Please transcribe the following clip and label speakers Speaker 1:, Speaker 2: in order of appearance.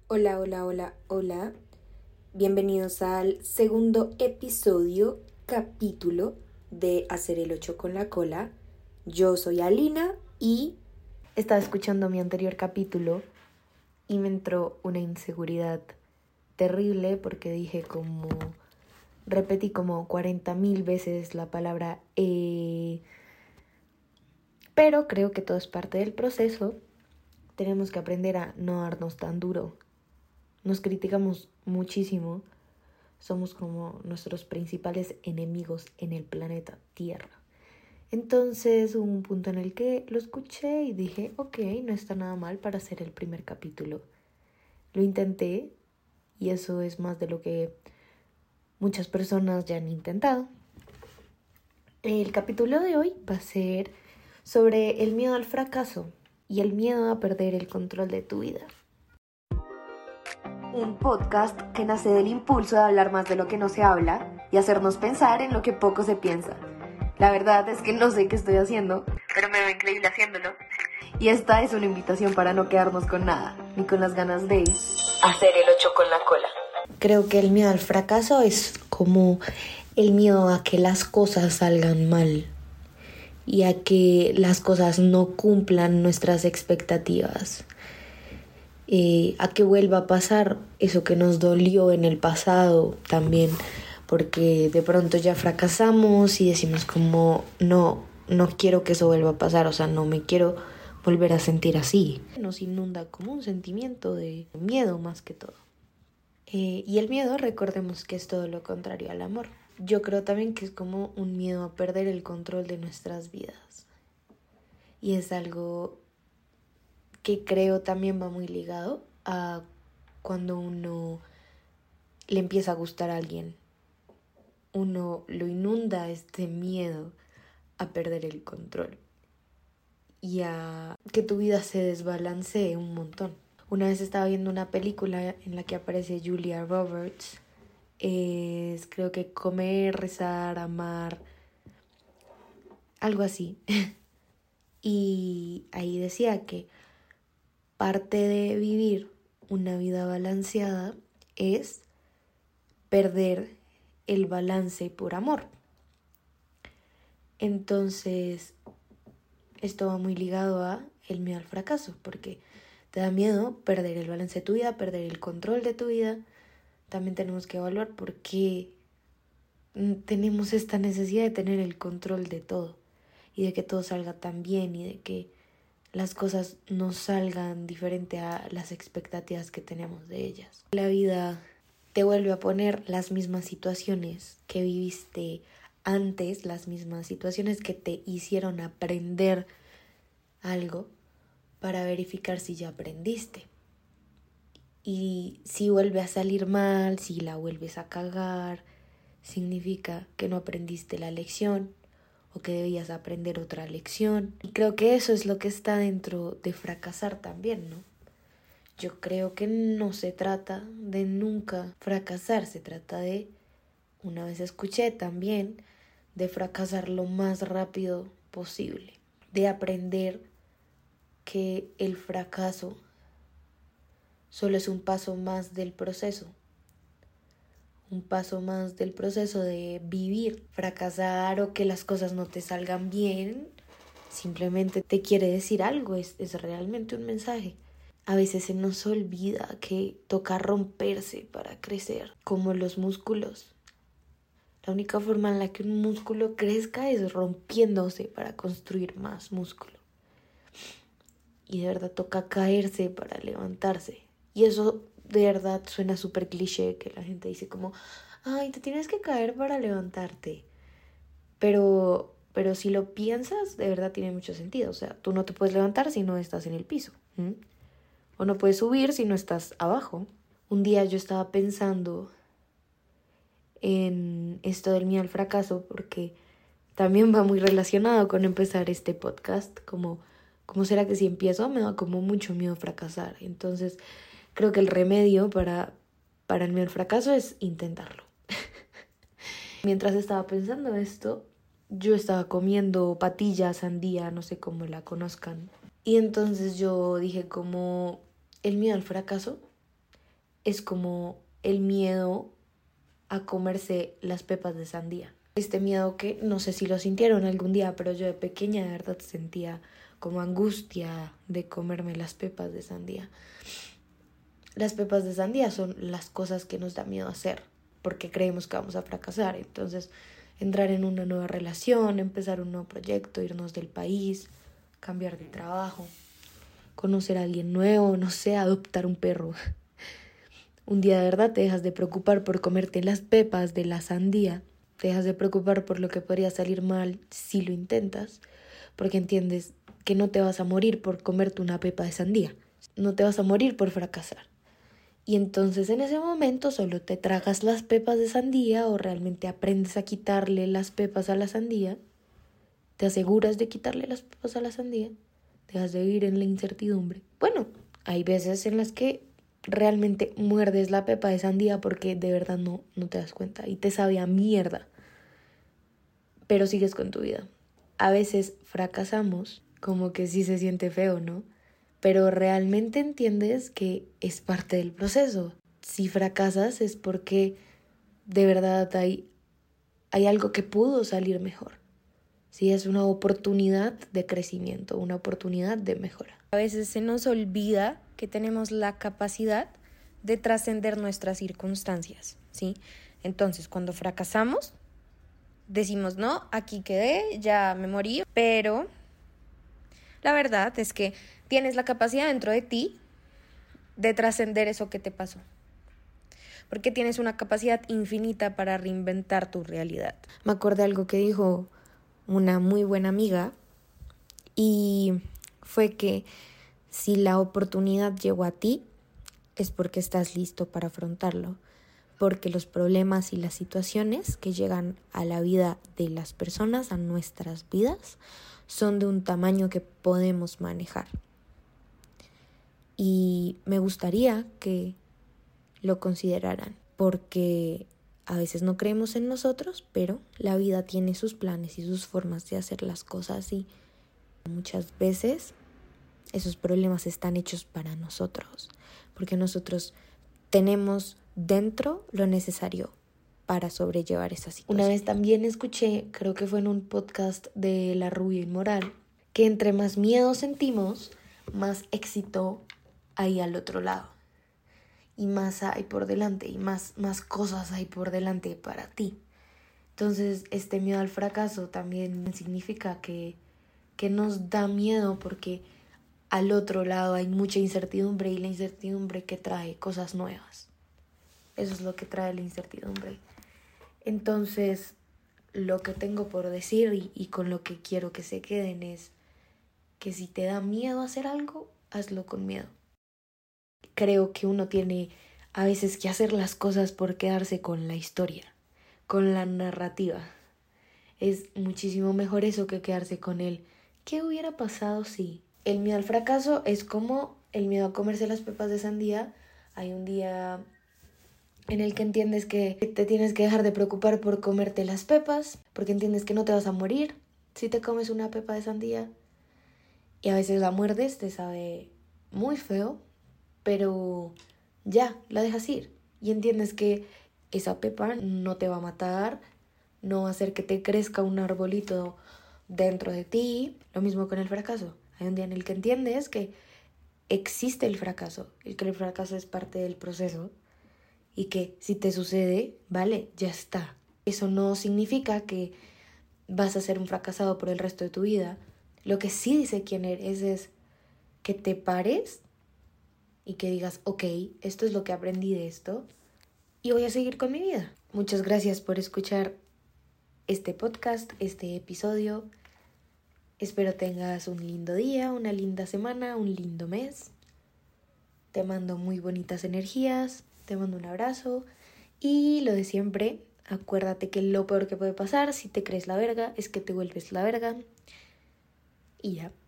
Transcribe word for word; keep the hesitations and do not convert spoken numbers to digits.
Speaker 1: Hola, hola, hola, hola. Bienvenidos al segundo episodio, capítulo de Hacer el ocho con la cola. Yo soy Alina y estaba escuchando mi anterior capítulo y me entró una inseguridad terrible porque dije como... Repetí como cuarenta mil veces la palabra eh... Pero creo que todo es parte del proceso. Tenemos que aprender a no darnos tan duro. Nos criticamos muchísimo. Somos como nuestros principales enemigos en el planeta Tierra. Entonces hubo un punto en el que lo escuché y dije, ok, no está nada mal para hacer el primer capítulo. Lo intenté y eso es más de lo que muchas personas ya han intentado. El capítulo de hoy va a ser sobre el miedo al fracaso y el miedo a perder el control de tu vida. Un podcast que nace del impulso de hablar más de lo que no se habla y hacernos pensar en lo que poco se piensa. La verdad es que no sé qué estoy haciendo, pero me veo increíble haciéndolo. Y esta es una invitación para no quedarnos con nada, ni con las ganas de hacer el ocho con la cola. Creo que el miedo al fracaso es como el miedo a que las cosas salgan mal y a que las cosas no cumplan nuestras expectativas. Eh, a que vuelva a pasar eso que nos dolió en el pasado también, porque de pronto ya fracasamos y decimos como no, no quiero que eso vuelva a pasar, o sea, no me quiero volver a sentir así. Nos inunda como un sentimiento de miedo más que todo. Eh, y el miedo, recordemos que es todo lo contrario al amor. Yo creo también que es como un miedo a perder el control de nuestras vidas. Y es algo que creo también va muy ligado a cuando uno le empieza a gustar a alguien. Uno lo inunda este miedo a perder el control y a que tu vida se desbalancee un montón. Una vez estaba viendo una película en la que aparece Julia Roberts. Es creo que Comer, Rezar, Amar, algo así. Y ahí decía que parte de vivir una vida balanceada es perder el balance por amor. Entonces, esto va muy ligado a el miedo al fracaso, porque te da miedo perder el balance de tu vida, perder el control de tu vida. También tenemos que evaluar por qué tenemos esta necesidad de tener el control de todo y de que todo salga tan bien y de que las cosas no salgan diferente a las expectativas que tenemos de ellas. La vida te vuelve a poner las mismas situaciones que viviste antes, las mismas situaciones que te hicieron aprender algo para verificar si ya aprendiste. Y si vuelve a salir mal, si la vuelves a cagar, significa que no aprendiste la lección o que debías aprender otra lección. Y creo que eso es lo que está dentro de fracasar también, ¿no? Yo creo que no se trata de nunca fracasar, se trata de, una vez escuché también, de fracasar lo más rápido posible, de aprender que el fracaso solo es un paso más del proceso, un paso más del proceso de vivir. Fracasar o que las cosas no te salgan bien simplemente te quiere decir algo, es, es realmente un mensaje. A veces se nos olvida que toca romperse para crecer, como los músculos. La única forma en la que un músculo crezca es rompiéndose para construir más músculo. Y de verdad toca caerse para levantarse. Y eso de verdad suena súper cliché, que la gente dice como, ay, te tienes que caer para levantarte. Pero, pero si lo piensas, de verdad tiene mucho sentido. O sea, tú no te puedes levantar si no estás en el piso. ¿Mm? O no puedes subir si no estás abajo. Un día yo estaba pensando en esto del miedo al fracaso porque también va muy relacionado con empezar este podcast. Como, ¿cómo será que si empiezo me da como mucho miedo fracasar? Entonces creo que el remedio para, para el miedo al fracaso es intentarlo. Mientras estaba pensando esto, yo estaba comiendo patilla, sandía, no sé cómo la conozcan. Y entonces yo dije como el miedo al fracaso es como el miedo a comerse las pepas de sandía. Este miedo que no sé si lo sintieron algún día, pero yo de pequeña de verdad sentía como angustia de comerme las pepas de sandía. Las pepas de sandía son las cosas que nos da miedo hacer, porque creemos que vamos a fracasar. Entonces, entrar en una nueva relación, empezar un nuevo proyecto, irnos del país, cambiar de trabajo, conocer a alguien nuevo, no sé, adoptar un perro. Un día de verdad te dejas de preocupar por comerte las pepas de la sandía, te dejas de preocupar por lo que podría salir mal si lo intentas, porque entiendes que no te vas a morir por comerte una pepa de sandía, no te vas a morir por fracasar. Y entonces en ese momento solo te tragas las pepas de sandía o realmente aprendes a quitarle las pepas a la sandía, te aseguras de quitarle las pepas a la sandía, dejas de vivir en la incertidumbre. Bueno, hay veces en las que realmente muerdes la pepa de sandía porque de verdad no, no te das cuenta y te sabe a mierda, pero sigues con tu vida. A veces fracasamos, como que sí se siente feo, ¿no? Pero realmente entiendes que es parte del proceso. Si fracasas es porque de verdad hay, hay algo que pudo salir mejor. Sí, es una oportunidad de crecimiento, una oportunidad de mejora.
Speaker 2: A veces se nos olvida que tenemos la capacidad de trascender nuestras circunstancias, ¿sí? Entonces, cuando fracasamos, decimos, no, aquí quedé, ya me morí, pero la verdad es que tienes la capacidad dentro de ti de trascender eso que te pasó. Porque tienes una capacidad infinita para reinventar tu realidad.
Speaker 1: Me acordé algo que dijo una muy buena amiga y fue que si la oportunidad llegó a ti es porque estás listo para afrontarlo. Porque los problemas y las situaciones que llegan a la vida de las personas, a nuestras vidas, son de un tamaño que podemos manejar. Y me gustaría que lo consideraran, porque a veces no creemos en nosotros, pero la vida tiene sus planes y sus formas de hacer las cosas y muchas veces esos problemas están hechos para nosotros, porque nosotros tenemos dentro lo necesario para sobrellevar esa situación. Una vez también escuché, creo que fue en un podcast de La Rubia Inmoral, que entre más miedo sentimos, más éxito hay al otro lado. Y más hay por delante, y más, más cosas hay por delante para ti. Entonces, este miedo al fracaso también significa que, que nos da miedo porque al otro lado hay mucha incertidumbre y la incertidumbre que trae cosas nuevas. Eso es lo que trae la incertidumbre. Entonces, lo que tengo por decir y, y con lo que quiero que se queden es que si te da miedo hacer algo, hazlo con miedo. Creo que uno tiene a veces que hacer las cosas por quedarse con la historia, con la narrativa. Es muchísimo mejor eso que quedarse con el ¿qué hubiera pasado si? El miedo al fracaso es como el miedo a comerse las pepas de sandía. Hay un día en el que entiendes que te tienes que dejar de preocupar por comerte las pepas, porque entiendes que no te vas a morir si te comes una pepa de sandía. Y a veces la muerdes, te sabe muy feo, pero ya, la dejas ir. Y entiendes que esa pepa no te va a matar, no va a hacer que te crezca un arbolito dentro de ti. Lo mismo con el fracaso. Hay un día en el que entiendes que existe el fracaso, y que el fracaso es parte del proceso, y que si te sucede, vale, ya está. Eso no significa que vas a ser un fracasado por el resto de tu vida. Lo que sí dice quién eres es que te pares y que digas, ok, esto es lo que aprendí de esto y voy a seguir con mi vida. Muchas gracias por escuchar este podcast, este episodio. Espero tengas un lindo día, una linda semana, un lindo mes. Te mando muy bonitas energías, te mando un abrazo y lo de siempre, acuérdate que lo peor que puede pasar si te crees la verga es que te vuelves la verga y ya.